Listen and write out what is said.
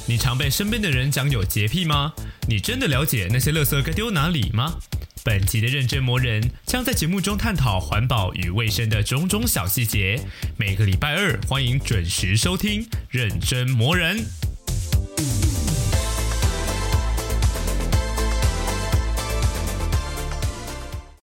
你常被身边的人讲有洁癖吗？你真的了解那些垃圾该丢哪里吗？本集的认真魔人将在节目中探讨环保与卫生的种种小细节。每个礼拜二欢迎准时收听认真魔人。